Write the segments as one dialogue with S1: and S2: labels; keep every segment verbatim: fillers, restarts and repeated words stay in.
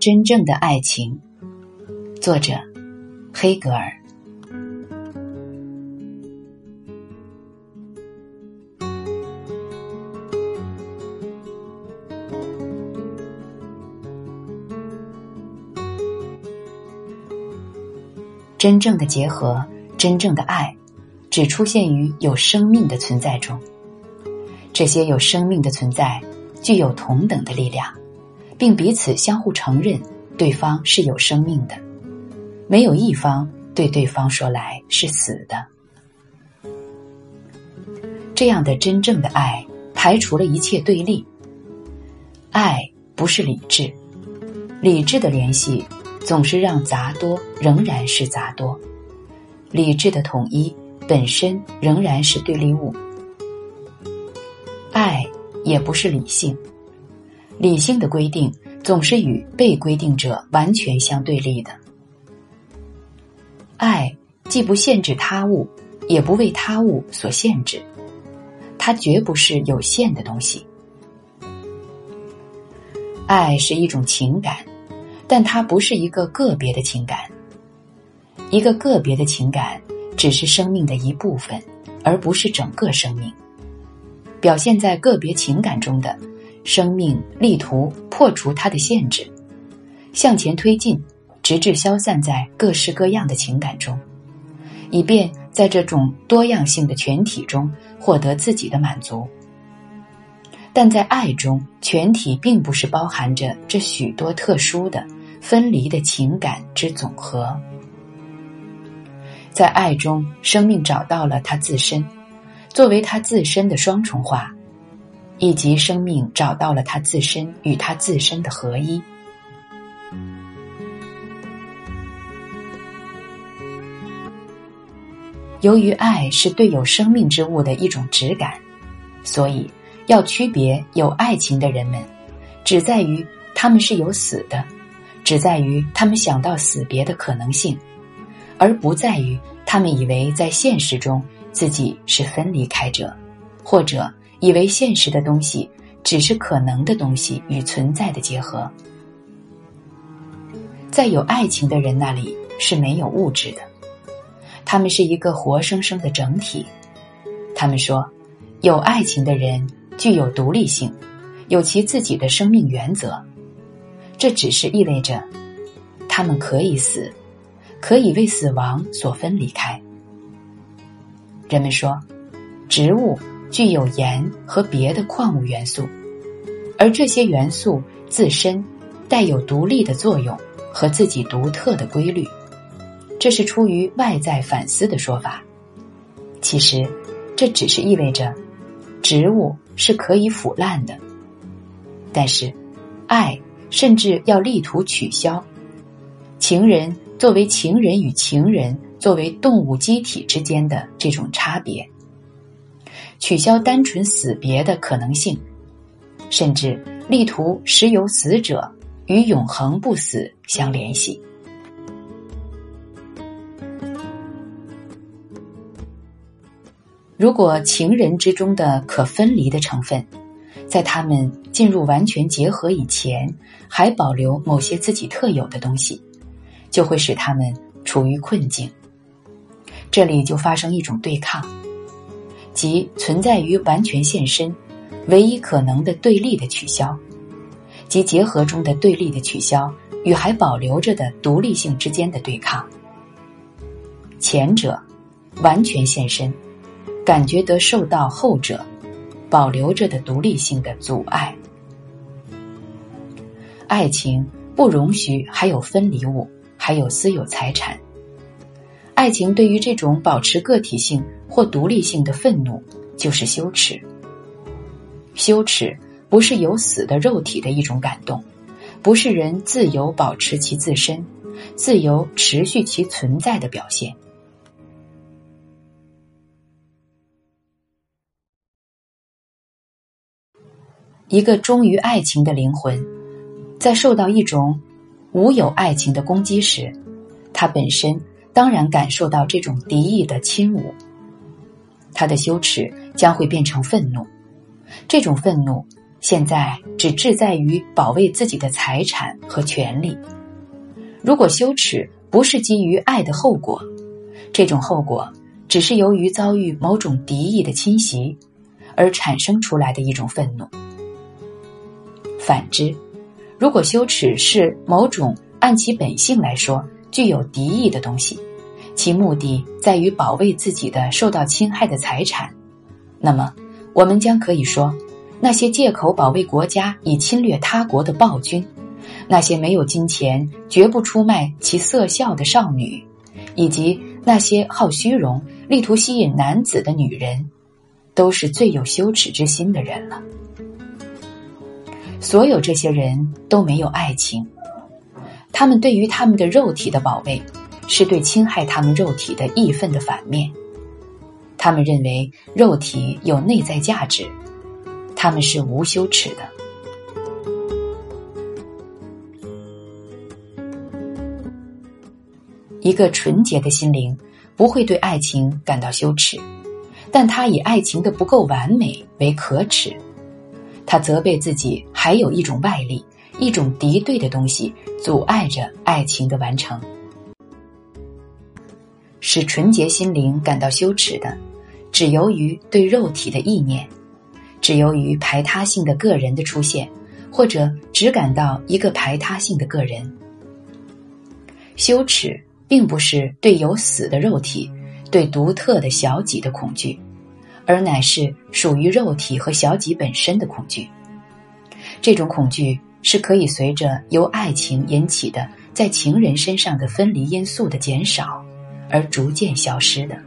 S1: 真正的爱情。作者黑格尔。真正的结合，真正的爱，只出现于有生命的存在中。这些有生命的存在具有同等的力量，并彼此相互承认对方是有生命的，没有一方对对方说来是死的。这样的真正的爱排除了一切对立。爱不是理智，理智的联系总是让杂多仍然是杂多，理智的统一本身仍然是对立物。爱也不是理性，理性的规定总是与被规定者完全相对立的。爱既不限制他物，也不为他物所限制，它绝不是有限的东西。爱是一种情感，但它不是一个个别的情感。一个个别的情感只是生命的一部分，而不是整个生命。表现在个别情感中的生命力图破除它的限制，向前推进，直至消散在各式各样的情感中，以便在这种多样性的全体中获得自己的满足。但在爱中，全体并不是包含着这许多特殊的分离的情感之总和。在爱中，生命找到了它自身，作为它自身的双重化，以及生命找到了它自身与它自身的合一。由于爱是对有生命之物的一种质感，所以要区别有爱情的人们，只在于他们是有死的，只在于他们想到死别的可能性，而不在于他们以为在现实中自己是分离开者，或者以为现实的东西只是可能的东西与存在的结合。在有爱情的人那里是没有物质的，他们是一个活生生的整体。他们说，有爱情的人具有独立性，有其自己的生命原则。这只是意味着他们可以死，可以为死亡所分离开。人们说，植物具有盐和别的矿物元素，而这些元素自身带有独立的作用和自己独特的规律。这是出于外在反思的说法。其实这只是意味着植物是可以腐烂的，但是爱甚至要力图取消情人作为情人与情人作为动物机体之间的这种差别，取消单纯死别的可能性，甚至力图使有死者与永恒不死相联系。如果情人之中的可分离的成分，在他们进入完全结合以前，还保留某些自己特有的东西，就会使他们处于困境。这里就发生一种对抗，即存在于完全现身唯一可能的对立的取消，即结合中的对立的取消与还保留着的独立性之间的对抗。前者完全现身，感觉得受到后者保留着的独立性的阻碍。爱情不容许还有分离物，还有私有财产。爱情对于这种保持个体性或独立性的愤怒就是羞耻。羞耻不是有死的肉体的一种感动，不是人自由保持其自身，自由持续其存在的表现。一个忠于爱情的灵魂，在受到一种无有爱情的攻击时，他本身当然感受到这种敌意的侵侮，他的羞耻将会变成愤怒，这种愤怒现在只志在于保卫自己的财产和权利。如果羞耻不是基于爱的后果，这种后果只是由于遭遇某种敌意的侵袭而产生出来的一种愤怒。反之，如果羞耻是某种按其本性来说具有敌意的东西，其目的在于保卫自己的受到侵害的财产，那么我们将可以说，那些借口保卫国家以侵略他国的暴君，那些没有金钱绝不出卖其色相的少女，以及那些好虚荣力图吸引男子的女人，都是最有羞耻之心的人了。所有这些人都没有爱情，他们对于他们的肉体的保卫是对侵害他们肉体的义愤的反面。他们认为肉体有内在价值，他们是无羞耻的。一个纯洁的心灵不会对爱情感到羞耻，但他以爱情的不够完美为可耻。他责备自己还有一种外力，一种敌对的东西阻碍着爱情的完成。使纯洁心灵感到羞耻的，只由于对肉体的意念，只由于排他性的个人的出现，或者只感到一个排他性的个人。羞耻并不是对有死的肉体，对独特的小己的恐惧，而乃是属于肉体和小己本身的恐惧。这种恐惧是可以随着由爱情引起的在情人身上的分离因素的减少而逐渐消失的。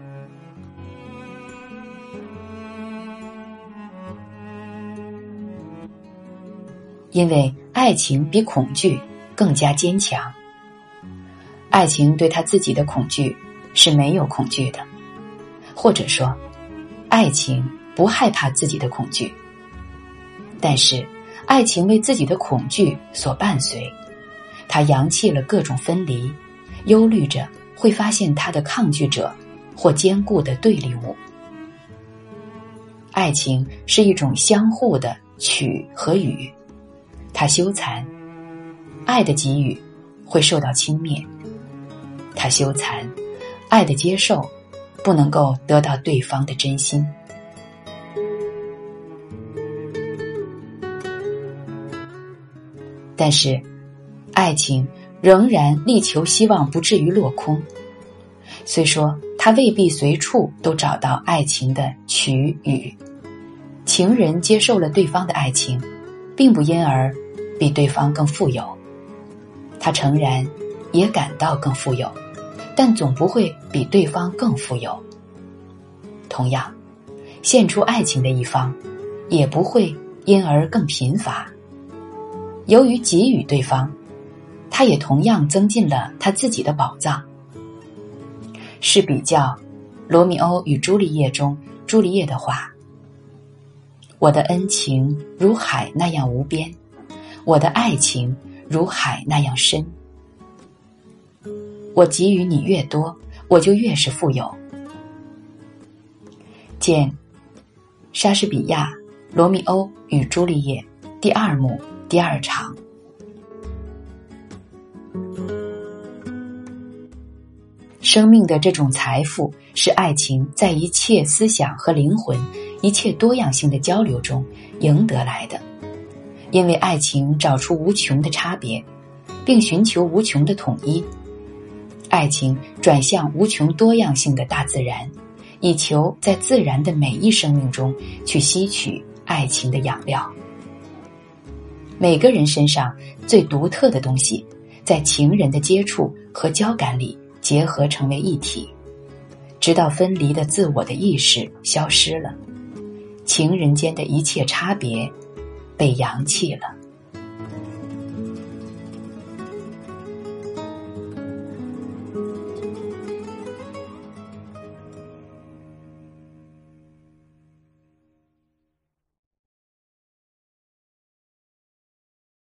S1: 因为爱情比恐惧更加坚强，爱情对他自己的恐惧是没有恐惧的，或者说爱情不害怕自己的恐惧，但是爱情为自己的恐惧所伴随，它扬弃了各种分离，忧虑着会发现它的抗拒者或坚固的对立物。爱情是一种相互的取和予，它羞惭，爱的给予会受到轻蔑，它羞惭，爱的接受不能够得到对方的真心。但是爱情仍然力求希望不至于落空，虽说他未必随处都找到爱情的取予。情人接受了对方的爱情，并不因而比对方更富有，他诚然也感到更富有，但总不会比对方更富有。同样，献出爱情的一方也不会因而更贫乏。由于给予对方，他也同样增进了他自己的宝藏。是比较罗密欧与朱丽叶中朱丽叶的话：我的恩情如海那样无边，我的爱情如海那样深。我给予你越多，我就越是富有。见莎士比亚《罗密欧与朱丽叶》第二幕第二场。生命的这种财富是爱情在一切思想和灵魂、一切多样性的交流中赢得来的。因为爱情找出无穷的差别，并寻求无穷的统一。爱情转向无穷多样性的大自然，以求在自然的每一生命中去吸取爱情的养料。每个人身上最独特的东西，在情人的接触和交感里结合成为一体，直到分离的自我的意识消失了，情人间的一切差别被扬弃了。